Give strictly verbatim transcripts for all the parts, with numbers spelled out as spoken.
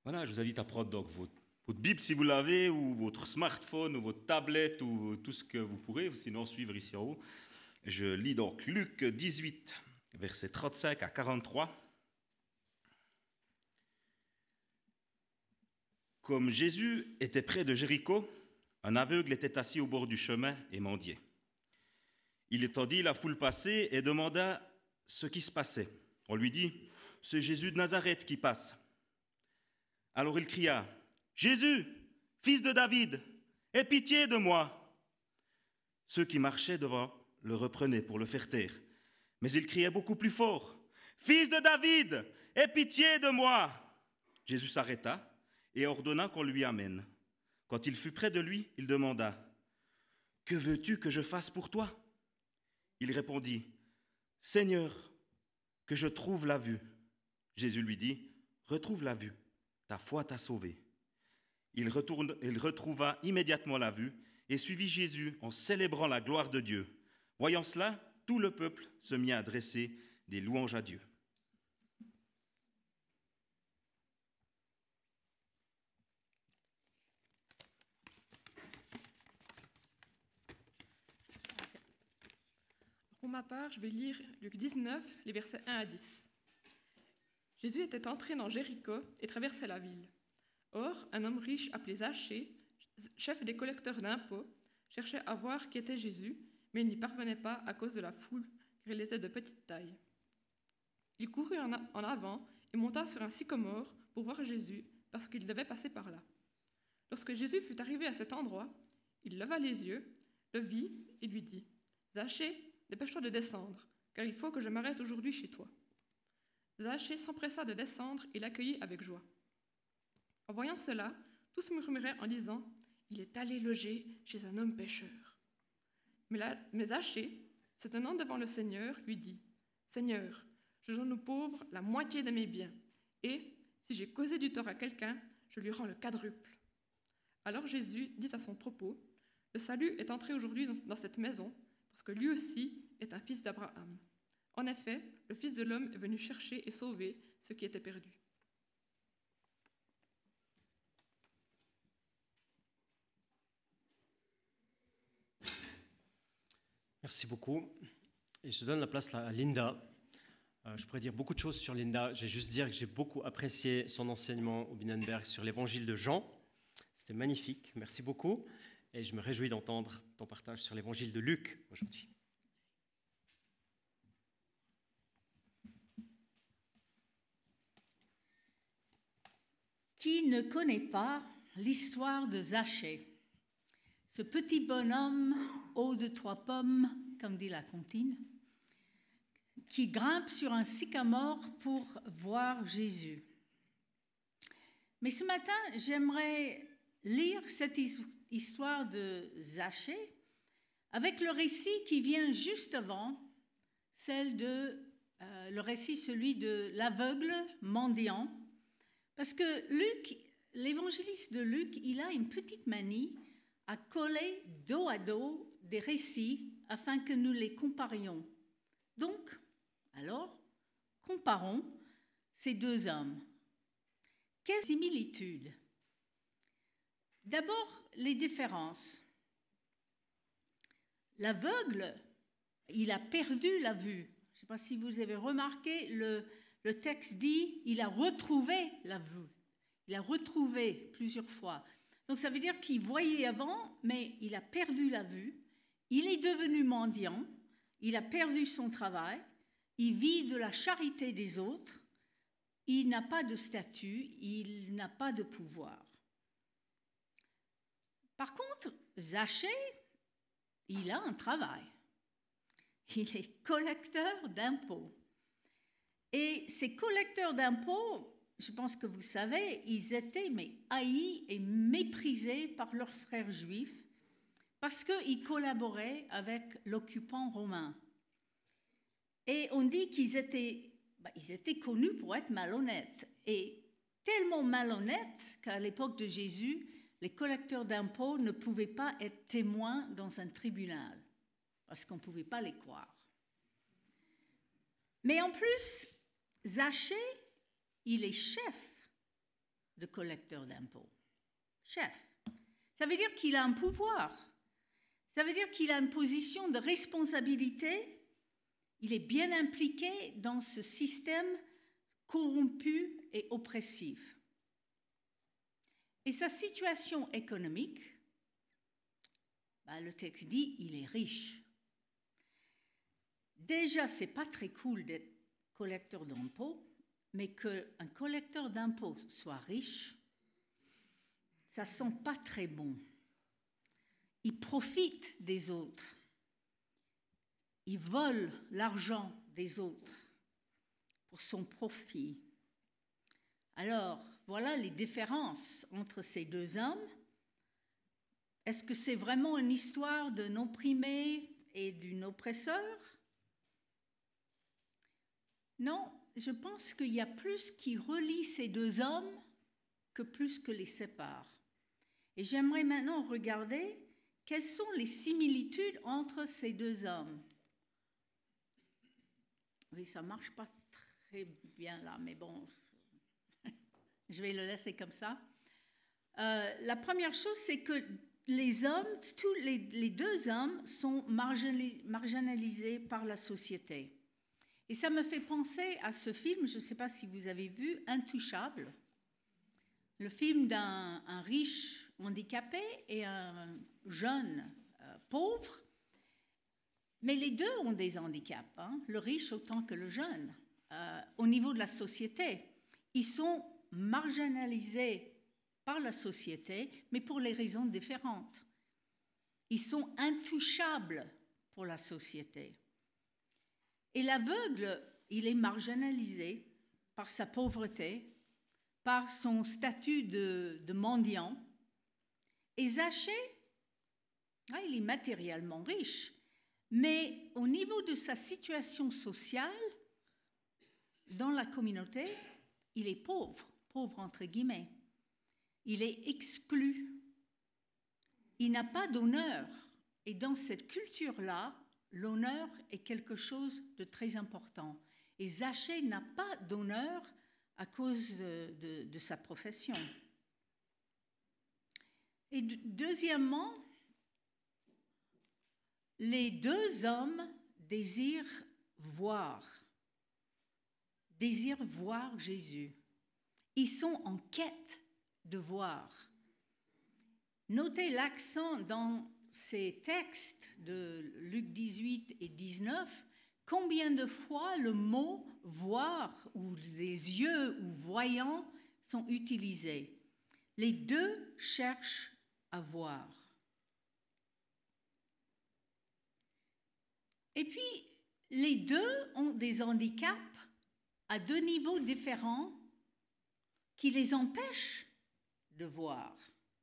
Voilà, je vous invite à prendre donc votre, votre Bible si vous l'avez, ou votre smartphone, ou votre tablette, ou tout ce que vous pourrez, sinon suivre ici en haut. Je lis donc Luc dix-huit, versets trente-cinq à quarante-trois. Comme Jésus était près de Jéricho, un aveugle était assis au bord du chemin et mendiait. Il entendit la foule passer et demanda ce qui se passait. On lui dit « C'est Jésus de Nazareth qui passe ». Alors il cria « Jésus, fils de David, aie pitié de moi !» Ceux qui marchaient devant le reprenaient pour le faire taire. Mais il criait beaucoup plus fort « Fils de David, aie pitié de moi !» Jésus s'arrêta et ordonna qu'on lui amène. Quand il fut près de lui, il demanda « Que veux-tu que je fasse pour toi ?» Il répondit « Seigneur, que je trouve la vue. » Jésus lui dit « Retrouve la vue. Ta foi t'a sauvé. » Il, retourne, il retrouva immédiatement la vue et suivit Jésus en célébrant la gloire de Dieu. Voyant cela, tout le peuple se mit à adresser des louanges à Dieu. Pour ma part, je vais lire Luc dix-neuf, les versets un à dix. Jésus était entré dans Jéricho et traversait la ville. Or, un homme riche appelé Zachée, chef des collecteurs d'impôts, cherchait à voir qui était Jésus, mais il n'y parvenait pas à cause de la foule, car il était de petite taille. Il courut en, en avant et monta sur un sycomore pour voir Jésus, parce qu'il devait passer par là. Lorsque Jésus fut arrivé à cet endroit, il leva les yeux, le vit et lui dit « Zachée, dépêche-toi de descendre, car il faut que je m'arrête aujourd'hui chez toi. » Zachée s'empressa de descendre et l'accueillit avec joie. En voyant cela, tous murmuraient en disant « Il est allé loger chez un homme pécheur. » Mais, la, mais Zachée, se tenant devant le Seigneur, lui dit « Seigneur, je donne aux pauvres la moitié de mes biens, et, si j'ai causé du tort à quelqu'un, je lui rends le quadruple. » Alors Jésus dit à son propos « Le salut est entré aujourd'hui dans, dans cette maison, parce que lui aussi est un fils d'Abraham. En effet, le Fils de l'homme est venu chercher et sauver ce qui était perdu. » Merci beaucoup. Et je donne la place à Linda. Euh, je pourrais dire beaucoup de choses sur Linda. Je vais juste dire que j'ai beaucoup apprécié son enseignement au Binnenberg sur l'évangile de Jean. C'était magnifique. Merci beaucoup. Et je me réjouis d'entendre ton partage sur l'évangile de Luc aujourd'hui. Qui ne connaît pas l'histoire de Zachée, ce petit bonhomme haut de trois pommes, comme dit la comptine, qui grimpe sur un sycamore pour voir Jésus. Mais ce matin, j'aimerais lire cette histoire de Zachée avec le récit qui vient juste avant, celle de, euh, le récit celui de l'aveugle mendiant, parce que Luc, l'évangéliste de Luc, il a une petite manie à coller dos à dos des récits afin que nous les comparions. Donc, alors, comparons ces deux hommes. Quelles similitudes? D'abord, les différences. L'aveugle, il a perdu la vue. Je ne sais pas si vous avez remarqué, le, le texte dit il a retrouvé la vue. Il a retrouvé plusieurs fois. Donc ça veut dire qu'il voyait avant, mais il a perdu la vue. Il est devenu mendiant. Il a perdu son travail. Il vit de la charité des autres. Il n'a pas de statut. Il n'a pas de pouvoir. Par contre, Zachée, il a un travail. Il est collecteur d'impôts. Et ces collecteurs d'impôts, je pense que vous savez, ils étaient mais haïs et méprisés par leurs frères juifs parce qu'ils collaboraient avec l'occupant romain. Et on dit qu'ils étaient, bah, ils étaient connus pour être malhonnêtes. Et tellement malhonnêtes qu'à l'époque de Jésus, les collecteurs d'impôts ne pouvaient pas être témoins dans un tribunal parce qu'on ne pouvait pas les croire. Mais en plus, Zachée, il est chef de collecteur d'impôts. Chef. Ça veut dire qu'il a un pouvoir. Ça veut dire qu'il a une position de responsabilité. Il est bien impliqué dans ce système corrompu et oppressif. Et sa situation économique, ben, le texte dit, il est riche. Déjà, c'est pas très cool d'être collecteur d'impôts, mais qu'un collecteur d'impôts soit riche, ça sent pas très bon. Il profite des autres. Il vole l'argent des autres pour son profit. Alors, voilà les différences entre ces deux hommes. Est-ce que c'est vraiment une histoire d'un opprimé et d'un oppresseur? Non, je pense qu'il y a plus qui relie ces deux hommes que plus que les sépare. Et j'aimerais maintenant regarder quelles sont les similitudes entre ces deux hommes. Oui, ça ne marche pas très bien là, mais bon, je vais le laisser comme ça. Euh, la première chose, c'est que les hommes, tous les, les deux hommes sont marginalisés par la société. Et ça me fait penser à ce film, je ne sais pas si vous avez vu, Intouchable, le film d'un un riche handicapé et un jeune euh, pauvre. Mais les deux ont des handicaps, hein, le riche autant que le jeune. Euh, au niveau de la société, ils sont marginalisés par la société, mais pour les raisons différentes. Ils sont intouchables pour la société. Et l'aveugle, il est marginalisé par sa pauvreté, par son statut de, de mendiant. Et Zachée, ah, il est matériellement riche, mais au niveau de sa situation sociale, dans la communauté, il est pauvre, pauvre entre guillemets. Il est exclu. Il n'a pas d'honneur. Et dans cette culture-là, l'honneur est quelque chose de très important. Et Zachée n'a pas d'honneur à cause de, de, de sa profession. Et de, deuxièmement, les deux hommes désirent voir, désirent voir Jésus. Ils sont en quête de voir. Notez l'accent dans ces textes de Luc dix-huit et dix-neuf, combien de fois le mot « voir » ou les yeux ou « voyant » sont utilisés. Les deux cherchent à voir. Et puis, les deux ont des handicaps à deux niveaux différents qui les empêchent de voir.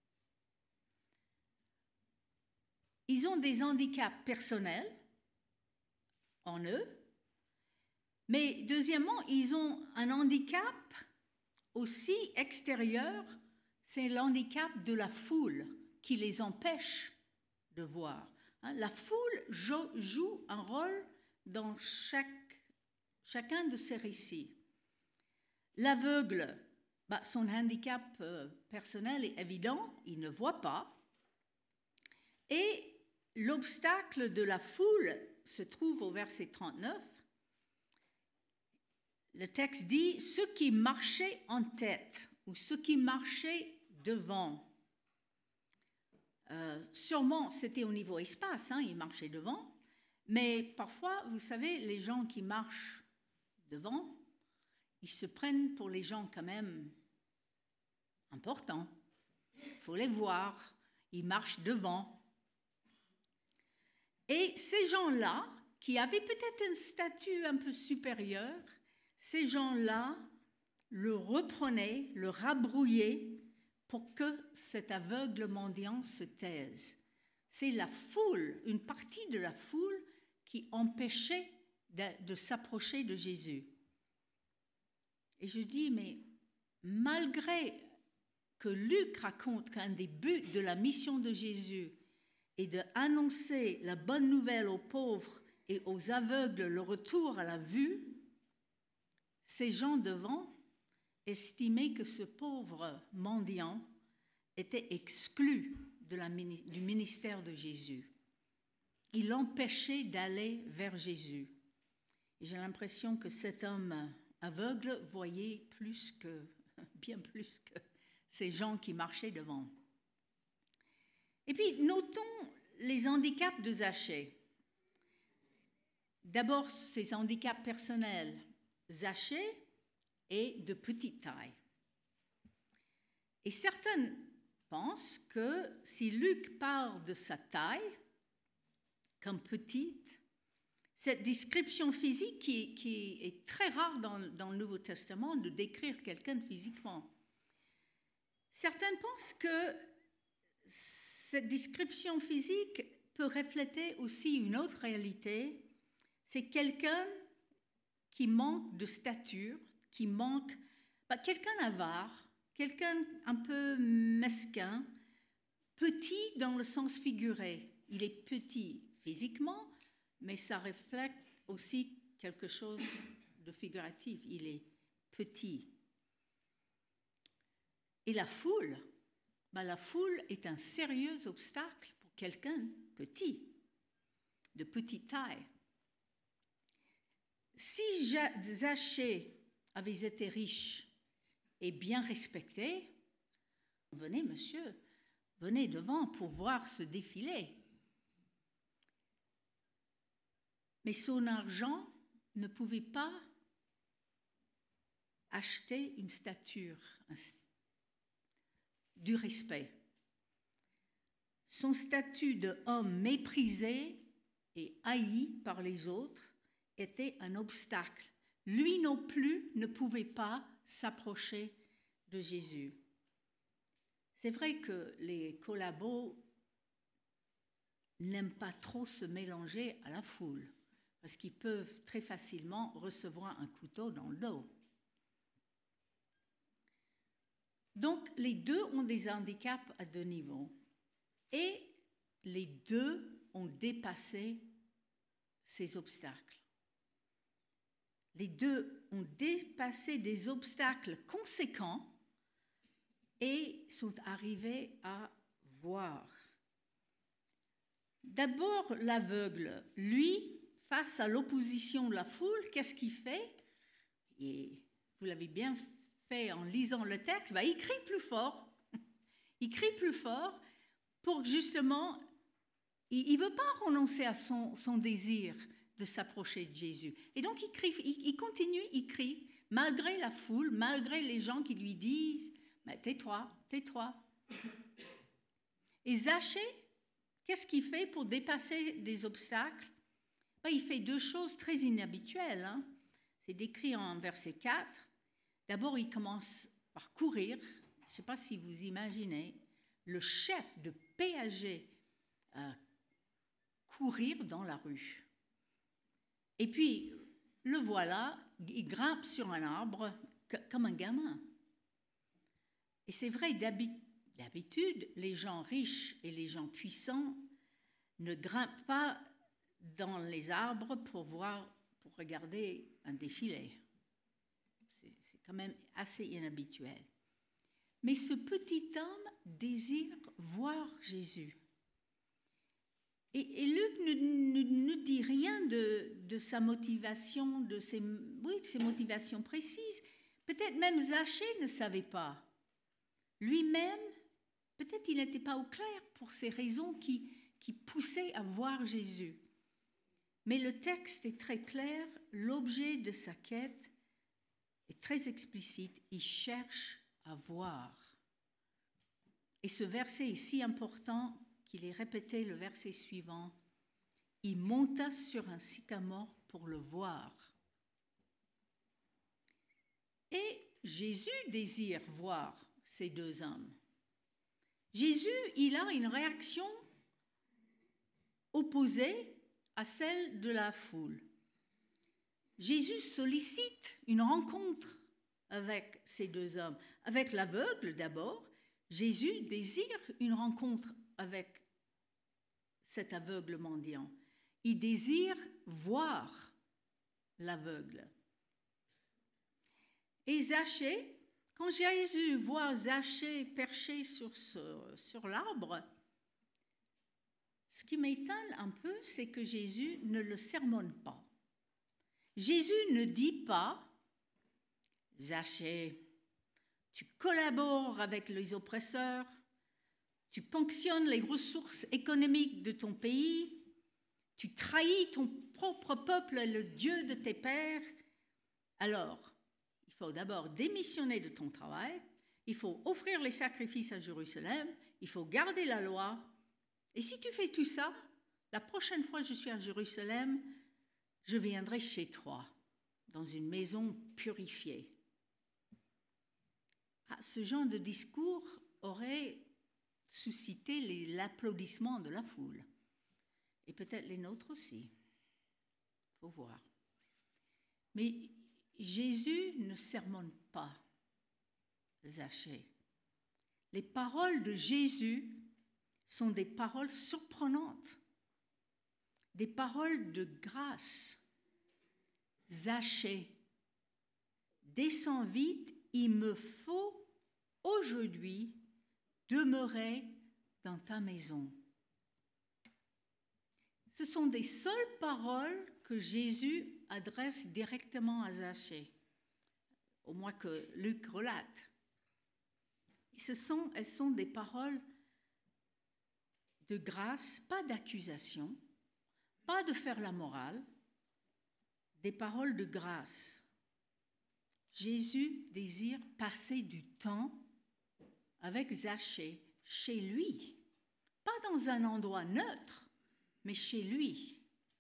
Ils ont des handicaps personnels en eux, mais deuxièmement, ils ont un handicap aussi extérieur, c'est l'handicap de la foule qui les empêche de voir. La foule joue un rôle dans chaque, chacun de ces récits. L'aveugle, bah, son handicap euh, personnel est évident, il ne voit pas. Et l'obstacle de la foule se trouve au verset trente-neuf. Le texte dit « ceux qui marchaient en tête » ou « ceux qui marchaient devant ». Euh, sûrement, c'était au niveau espace, hein, ils marchaient devant. Mais parfois, vous savez, les gens qui marchent devant, ils se prennent pour les gens quand même importants. Il faut les voir, ils marchent devant. Et ces gens-là, qui avaient peut-être un statut un peu supérieur, ces gens-là le reprenaient, le rabrouillaient pour que cet aveugle mendiant se taise. C'est la foule, une partie de la foule qui empêchait de, de s'approcher de Jésus. Et je dis, mais malgré que Luc raconte qu'un des buts de la mission de Jésus est d'annoncer la bonne nouvelle aux pauvres et aux aveugles le retour à la vue, ces gens devant, estimait que ce pauvre mendiant était exclu de la, du ministère de Jésus. Il l'empêchait d'aller vers Jésus. Et j'ai l'impression que cet homme aveugle voyait plus que, bien plus que ces gens qui marchaient devant. Et puis, notons les handicaps de Zachée. D'abord, ses handicaps personnels. Zachée est de petite taille. Et certains pensent que si Luc parle de sa taille comme petite, cette description physique qui, qui est très rare dans, dans le Nouveau Testament de décrire quelqu'un physiquement. Certains pensent que cette description physique peut refléter aussi une autre réalité, c'est quelqu'un qui manque de stature, qui manque, bah, quelqu'un avare, quelqu'un un peu mesquin, petit dans le sens figuré. Il est petit physiquement, mais ça reflète aussi quelque chose de figuratif. Il est petit. Et la foule, bah, la foule est un sérieux obstacle pour quelqu'un petit, de petite taille. Si Zachée avait été riche et bien respecté, venez monsieur, venez devant pour voir ce défilé. Mais son argent ne pouvait pas acheter une stature, un, du respect. Son statut d'homme méprisé et haï par les autres était un obstacle. Lui non plus ne pouvait pas s'approcher de Jésus. C'est vrai que les collabos n'aiment pas trop se mélanger à la foule, parce qu'ils peuvent très facilement recevoir un couteau dans le dos. Donc, les deux ont des handicaps à deux niveaux. Et les deux ont dépassé ces obstacles. Les deux ont dépassé des obstacles conséquents et sont arrivés à voir. D'abord, l'aveugle, lui, face à l'opposition de la foule, qu'est-ce qu'il fait? Et vous l'avez bien fait en lisant le texte, bah, il crie plus fort. Il crie plus fort pour justement, il ne veut pas renoncer à son, son désir de s'approcher de Jésus. Et donc il crie, il, il continue, il crie, malgré la foule, malgré les gens qui lui disent « tais-toi, tais-toi ». Et Zachée, qu'est-ce qu'il fait pour dépasser des obstacles? Ben, il fait deux choses très inhabituelles. Hein. C'est décrit en verset quatre. D'abord, il commence par courir. Je ne sais pas si vous imaginez le chef de péager euh, courir dans la rue. Et puis, le voilà, il grimpe sur un arbre comme un gamin. Et c'est vrai, d'habitude, les gens riches et les gens puissants ne grimpent pas dans les arbres pour voir, pour regarder un défilé. C'est, c'est quand même assez inhabituel. Mais ce petit homme désire voir Jésus. Et, et Luc ne, ne, ne dit rien de, de sa motivation, de ses, oui, de ses motivations précises. Peut-être même Zachée ne savait pas. Lui-même, peut-être il n'était pas au clair pour ces raisons qui, qui poussaient à voir Jésus. Mais le texte est très clair, l'objet de sa quête est très explicite, il cherche à voir. Et ce verset est si important qu'il est répété le verset suivant. Il monta sur un sycamore pour le voir. Et Jésus désire voir ces deux hommes. Jésus, il a une réaction opposée à celle de la foule. Jésus sollicite une rencontre avec ces deux hommes. Avec l'aveugle d'abord, Jésus désire une rencontre avec cet aveugle mendiant. Il désire voir l'aveugle. Et Zachée, Quand Jésus voit Zachée perché sur, ce, sur l'arbre, ce qui m'étonne un peu, c'est que Jésus ne le sermonne pas. Jésus ne dit pas « Zachée, tu collabores avec les oppresseurs, tu ponctionnes les ressources économiques de ton pays, tu trahis ton propre peuple et le Dieu de tes pères. Alors, il faut d'abord démissionner de ton travail, il faut offrir les sacrifices à Jérusalem, il faut garder la loi. Et si tu fais tout ça, la prochaine fois que je suis à Jérusalem, je viendrai chez toi, dans une maison purifiée. » Ah, ce genre de discours aurait suscité les, l'applaudissement de la foule. Et peut-être les nôtres aussi. Il faut voir. Mais Jésus ne sermonne pas Zachée. Les paroles de Jésus sont des paroles surprenantes, des paroles de grâce. Zachée, descends vite, il me faut aujourd'hui demeurer dans ta maison. Ce sont des seules paroles que Jésus adresse directement à Zachée, au moins que Luc relate. Et ce sont, elles sont des paroles de grâce, pas d'accusation, pas de faire la morale, des paroles de grâce. Jésus désire passer du temps avec Zachée, chez lui, pas dans un endroit neutre, mais chez lui.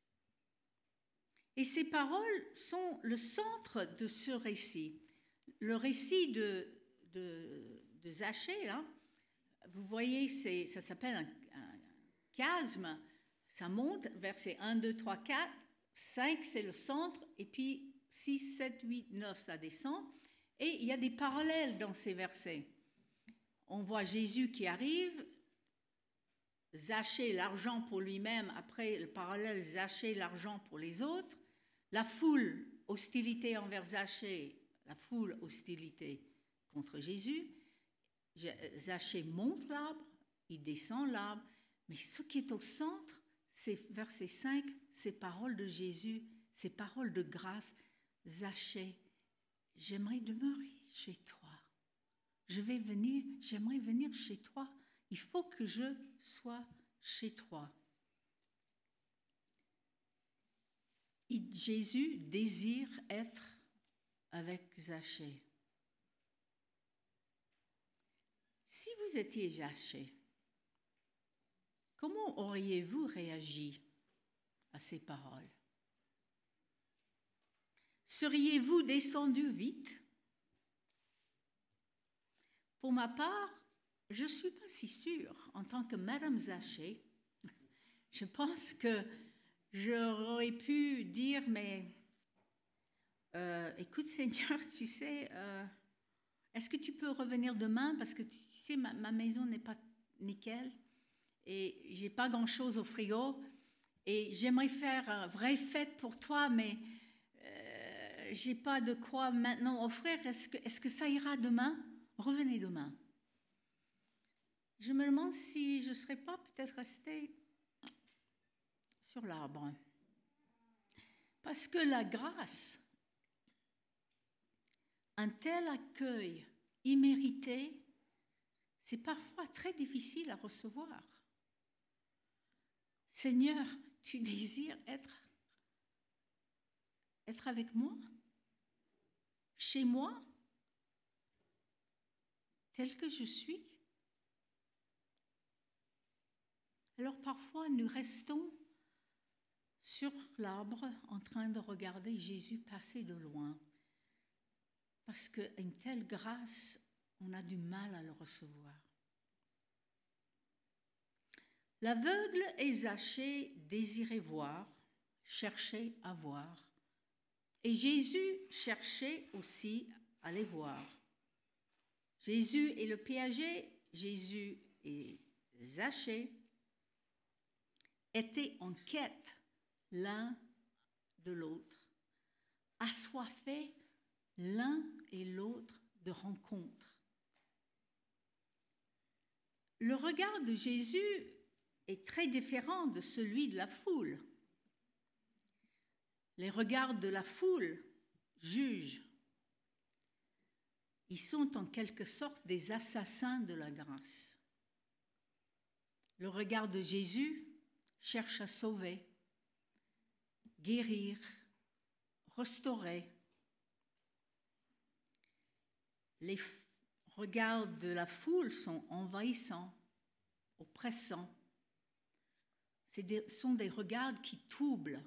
Et ces paroles sont le centre de ce récit. Le récit de, de, de Zachée, hein, vous voyez, c'est, ça s'appelle un, un chiasme, ça monte, versets un, deux, trois, quatre, cinq c'est le centre, et puis six, sept, huit, neuf ça descend, et il y a des parallèles dans ces versets. On voit Jésus qui arrive, Zachée l'argent pour lui-même, après le parallèle Zachée l'argent pour les autres, la foule, hostilité envers Zachée, la foule, hostilité contre Jésus. Zachée monte l'arbre, il descend l'arbre, mais ce qui est au centre, c'est verset cinq, ces paroles de Jésus, ces paroles de grâce. Zachée, j'aimerais demeurer chez toi. Je vais venir, j'aimerais venir chez toi. Il faut que je sois chez toi. Et Jésus désire être avec Zachée. Si vous étiez Zachée, comment auriez-vous réagi à ces paroles? Seriez-vous descendu vite? Pour ma part, je ne suis pas si sûre. En tant que Madame Zachée, je pense que j'aurais pu dire, mais euh, écoute Seigneur, tu sais, euh, est-ce que tu peux revenir demain? Parce que tu sais, ma, ma maison n'est pas nickel et j'ai pas grand-chose au frigo et j'aimerais faire une vraie fête pour toi, mais euh, j'ai pas de quoi maintenant offrir. Est-ce que, est-ce que ça ira demain? Revenez demain. Je me demande si je ne serais pas peut-être restée sur l'arbre. Parce que la grâce, un tel accueil immérité, c'est parfois très difficile à recevoir. Seigneur, tu désires être, être avec moi, chez moi, tel que je suis. Alors parfois, nous restons sur l'arbre en train de regarder Jésus passer de loin. Parce qu'une telle grâce, on a du mal à le recevoir. L'aveugle et Zachée désiraient voir, cherchaient à voir. Et Jésus cherchait aussi à les voir. Jésus et le péager, Jésus et Zachée étaient en quête l'un de l'autre, assoiffés l'un et l'autre de rencontre. Le regard de Jésus est très différent de celui de la foule. Les regards de la foule jugent. Ils sont en quelque sorte des assassins de la grâce. Le regard de Jésus cherche à sauver, guérir, restaurer. Les regards de la foule sont envahissants, oppressants. Ce sont des regards qui troublent.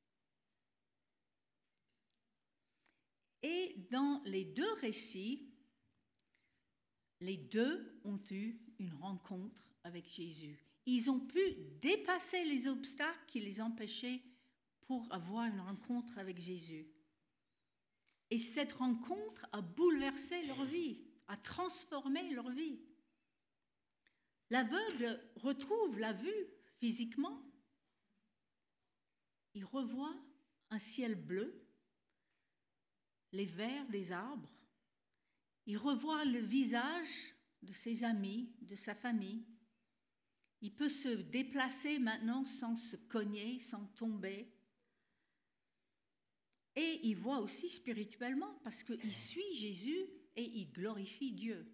Et dans les deux récits, les deux ont eu une rencontre avec Jésus. Ils ont pu dépasser les obstacles qui les empêchaient pour avoir une rencontre avec Jésus. Et cette rencontre a bouleversé leur vie, a transformé leur vie. L'aveugle retrouve la vue physiquement. Il revoit un ciel bleu, les vers des arbres. Il revoit le visage de ses amis, de sa famille. Il peut se déplacer maintenant sans se cogner, sans tomber. Et il voit aussi spirituellement parce qu'il suit Jésus et il glorifie Dieu.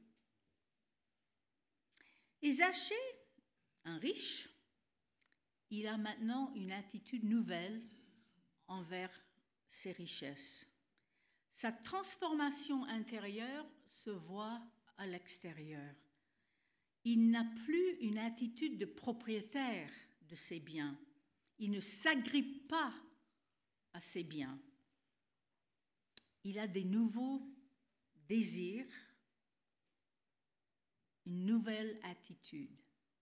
Et Zachée, un riche, il a maintenant une attitude nouvelle envers ses richesses. Sa transformation intérieure se voit à l'extérieur. Il n'a plus une attitude de propriétaire de ses biens. Il ne s'agrippe pas à ses biens. Il a des nouveaux désirs, une nouvelle attitude.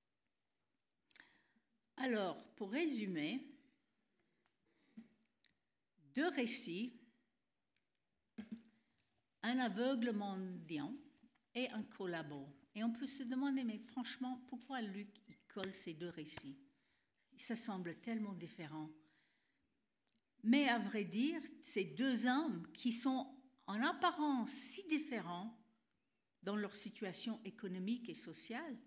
Alors, pour résumer, deux récits, un aveugle mendiant et un collabo. Et on peut se demander, mais franchement, pourquoi Luc il colle ces deux récits? Ça semble tellement différent. Mais à vrai dire, ces deux hommes qui sont en apparence si différents dans leur situation économique et sociale,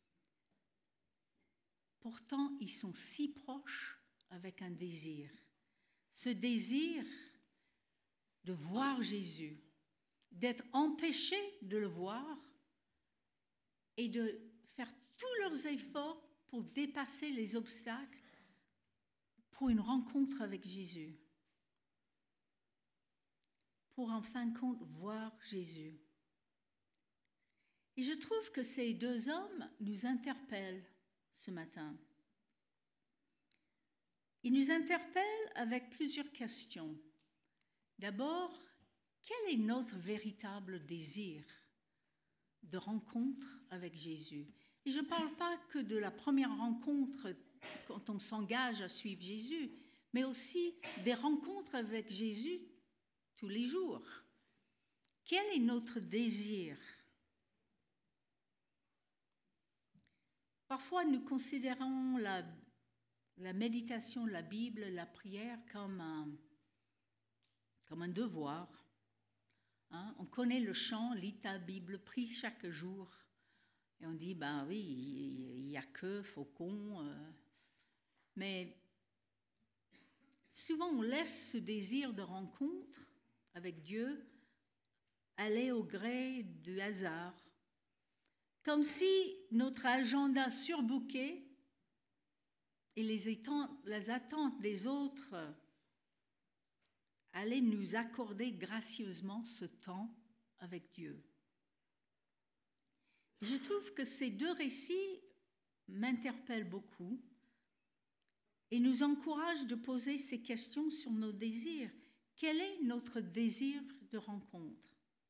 pourtant ils sont si proches avec un désir. Ce désir de voir Jésus, d'être empêchés de le voir et de faire tous leurs efforts pour dépasser les obstacles pour une rencontre avec Jésus, pour en fin de compte voir Jésus. Et je trouve que ces deux hommes nous interpellent ce matin. Ils nous interpellent avec plusieurs questions. D'abord, quel est notre véritable désir de rencontre avec Jésus? Et je ne parle pas que de la première rencontre quand on s'engage à suivre Jésus, mais aussi des rencontres avec Jésus tous les jours. Quel est notre désir? Parfois, nous considérons la, la méditation, la Bible, la prière comme un, comme un devoir. Hein? On connaît le chant, lis ta Bible, prie chaque jour. Et on dit, ben oui, il n'y a que faucon. Euh. Mais souvent, on laisse ce désir de rencontre avec Dieu aller au gré du hasard. Comme si notre agenda surbooké et les attentes, les attentes des autres allaient nous accorder gracieusement ce temps avec Dieu. Je trouve que ces deux récits m'interpellent beaucoup et nous encouragent de poser ces questions sur nos désirs. Quel est notre désir de rencontre?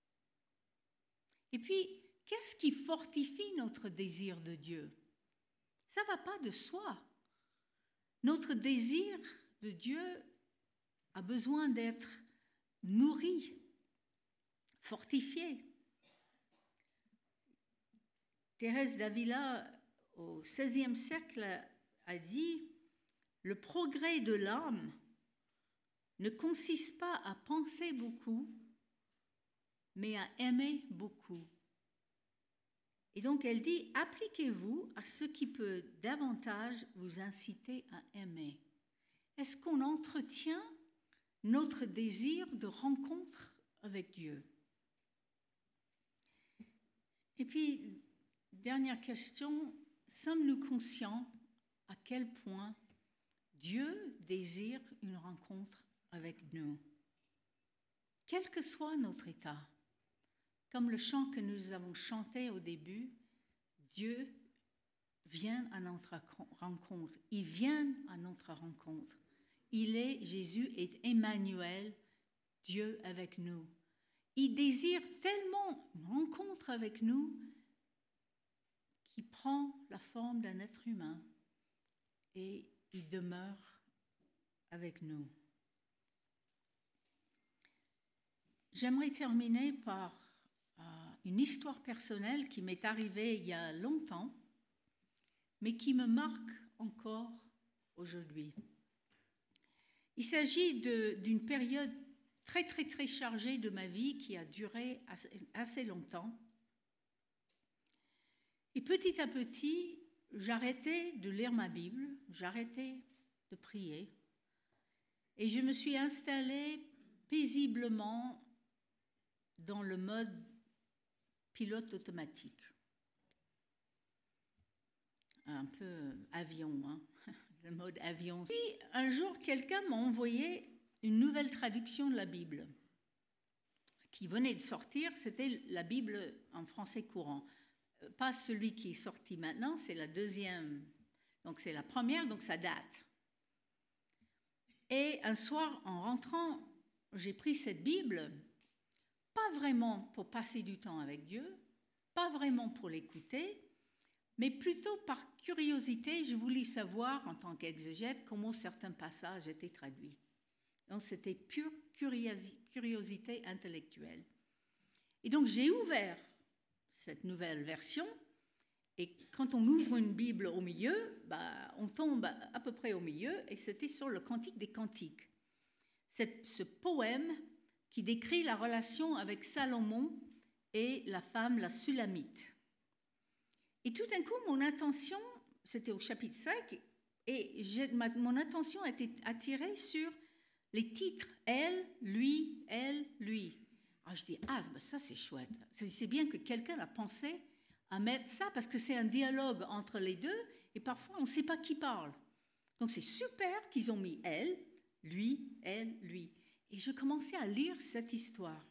Et puis, qu'est-ce qui fortifie notre désir de Dieu? Ça ne va pas de soi. Notre désir de Dieu a besoin d'être nourri, fortifié. Thérèse d'Avila, au seizième siècle, a dit « Le progrès de l'âme ne consiste pas à penser beaucoup, mais à aimer beaucoup. Et donc elle dit, appliquez-vous à ce qui peut davantage vous inciter à aimer. Est-ce qu'on entretient notre désir de rencontre avec Dieu? Et puis, dernière question, sommes-nous conscients à quel point Dieu désire une rencontre avec nous? Quel que soit notre état, comme le chant que nous avons chanté au début, Dieu vient à notre rencontre. Il vient à notre rencontre. Il est, Jésus est Emmanuel, Dieu avec nous. Il désire tellement une rencontre avec nous qu'il prend la forme d'un être humain et il demeure avec nous. J'aimerais terminer par euh, une histoire personnelle qui m'est arrivée il y a longtemps, mais qui me marque encore aujourd'hui. Il s'agit de, d'une période très, très, très chargée de ma vie qui a duré assez, assez longtemps. Et petit à petit, j'arrêtais de lire ma Bible, j'arrêtais de prier, et je me suis installée paisiblement dans le mode pilote automatique. Un peu avion, hein, le mode avion. Puis un jour, quelqu'un m'a envoyé une nouvelle traduction de la Bible qui venait de sortir, c'était la Bible en français courant. Pas celui qui est sorti maintenant, c'est la deuxième, donc c'est la première, donc ça date. Et un soir, en rentrant, j'ai pris cette Bible, pas vraiment pour passer du temps avec Dieu, pas vraiment pour l'écouter, mais plutôt par curiosité, je voulais savoir, en tant qu'exégète, comment certains passages étaient traduits. Donc c'était pure curiosité intellectuelle. Et donc j'ai ouvert cette nouvelle version, et quand on ouvre une Bible au milieu, bah, on tombe à peu près au milieu, et c'était sur le Cantique des Cantiques. C'est ce poème qui décrit la relation avec Salomon et la femme, la Sulamite. Et tout d'un coup, mon attention, c'était au chapitre cinq, et j'ai, ma, mon attention a été attirée sur les titres « elle »,« lui »,« elle »,« lui ». Alors je dis « ah, ben ça c'est chouette ». C'est bien que quelqu'un a pensé à mettre ça, parce que c'est un dialogue entre les deux, et parfois on ne sait pas qui parle. Donc c'est super qu'ils ont mis « elle »,« lui »,« elle »,« lui ». Et je commençais à lire cette histoire.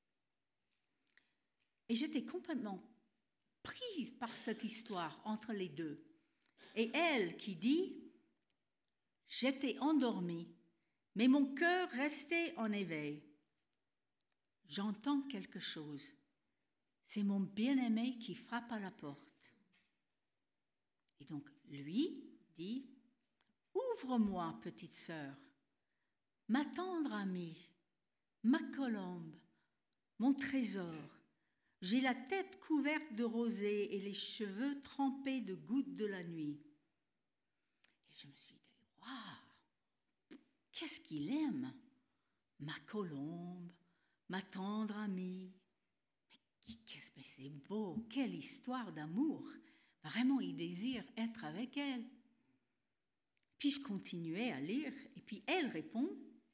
Et j'étais complètement prise par cette histoire entre les deux. Et elle qui dit « j'étais endormie, mais mon cœur restait en éveil. J'entends quelque chose. C'est mon bien-aimé qui frappe à la porte. » Et donc, lui dit « ouvre-moi, petite sœur, ma tendre amie, ma colombe, mon trésor. J'ai la tête couverte de rosée et les cheveux trempés de gouttes de la nuit. » Et je me suis dit « waouh, qu'est-ce qu'il aime, ma colombe, ma tendre amie. Mais, qu'est-ce que c'est beau, quelle histoire d'amour. Vraiment, il désire être avec elle. » Puis je continuais à lire, et puis elle répond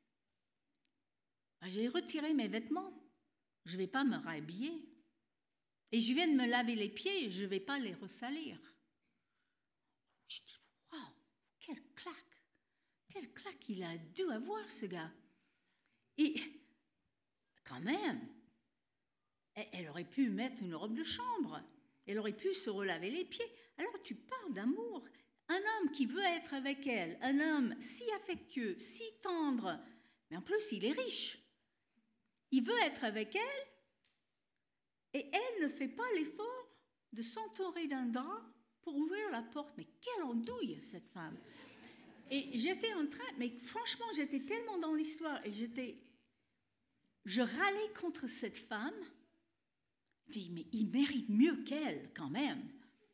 « j'ai retiré mes vêtements, je ne vais pas me rhabiller. Et je viens de me laver les pieds, je ne vais pas les ressalir. » Je dis « waouh, quelle claque, quelle claque il a dû avoir ce gars. » Et quand même, elle aurait pu mettre une robe de chambre, elle aurait pu se relaver les pieds. Alors tu parles d'amour, un homme qui veut être avec elle, un homme si affectueux, si tendre, mais en plus il est riche. Il veut être avec elle, et elle ne fait pas l'effort de s'entourer d'un drap pour ouvrir la porte. Mais quelle andouille, cette femme! Et j'étais en train, mais franchement, j'étais tellement dans l'histoire, et j'étais, je râlais contre cette femme. Je dis, mais il mérite mieux qu'elle, quand même.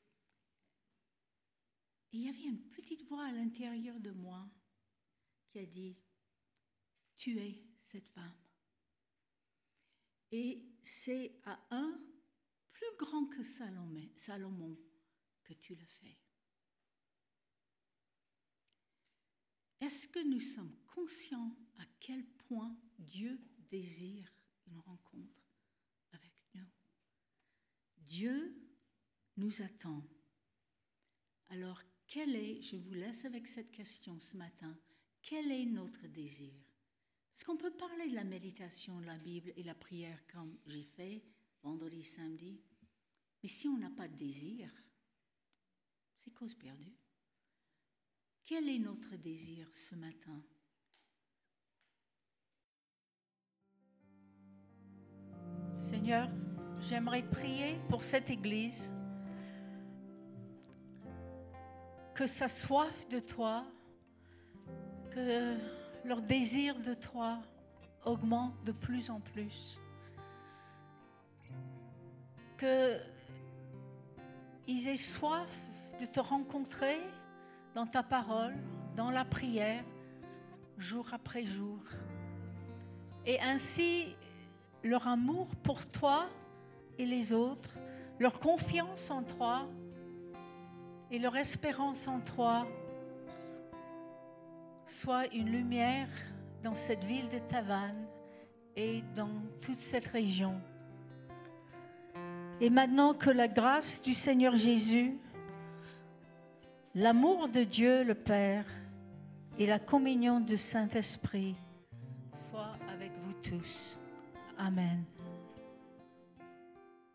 Et il y avait une petite voix à l'intérieur de moi qui a dit, tu es cette femme. Et c'est à un plus grand que Salomon, Salomon que tu le fais. Est-ce que nous sommes conscients à quel point Dieu désire une rencontre avec nous? Dieu nous attend. Alors, quel est, je vous laisse avec cette question ce matin, quel est notre désir? Est-ce qu'on peut parler de la méditation de la Bible et la prière comme j'ai fait vendredi, samedi? Mais si on n'a pas de désir, c'est cause perdue. Quel est notre désir ce matin? Seigneur, j'aimerais prier pour cette Église, que sa soif de toi, que leur désir de toi augmente de plus en plus, qu'ils aient soif de te rencontrer dans ta parole, dans la prière, jour après jour. Et ainsi, leur amour pour toi et les autres, leur confiance en toi et leur espérance en toi soit une lumière dans cette ville de Tavannes et dans toute cette région. Et maintenant que la grâce du Seigneur Jésus, l'amour de Dieu le Père et la communion du Saint-Esprit soient avec vous tous. Amen.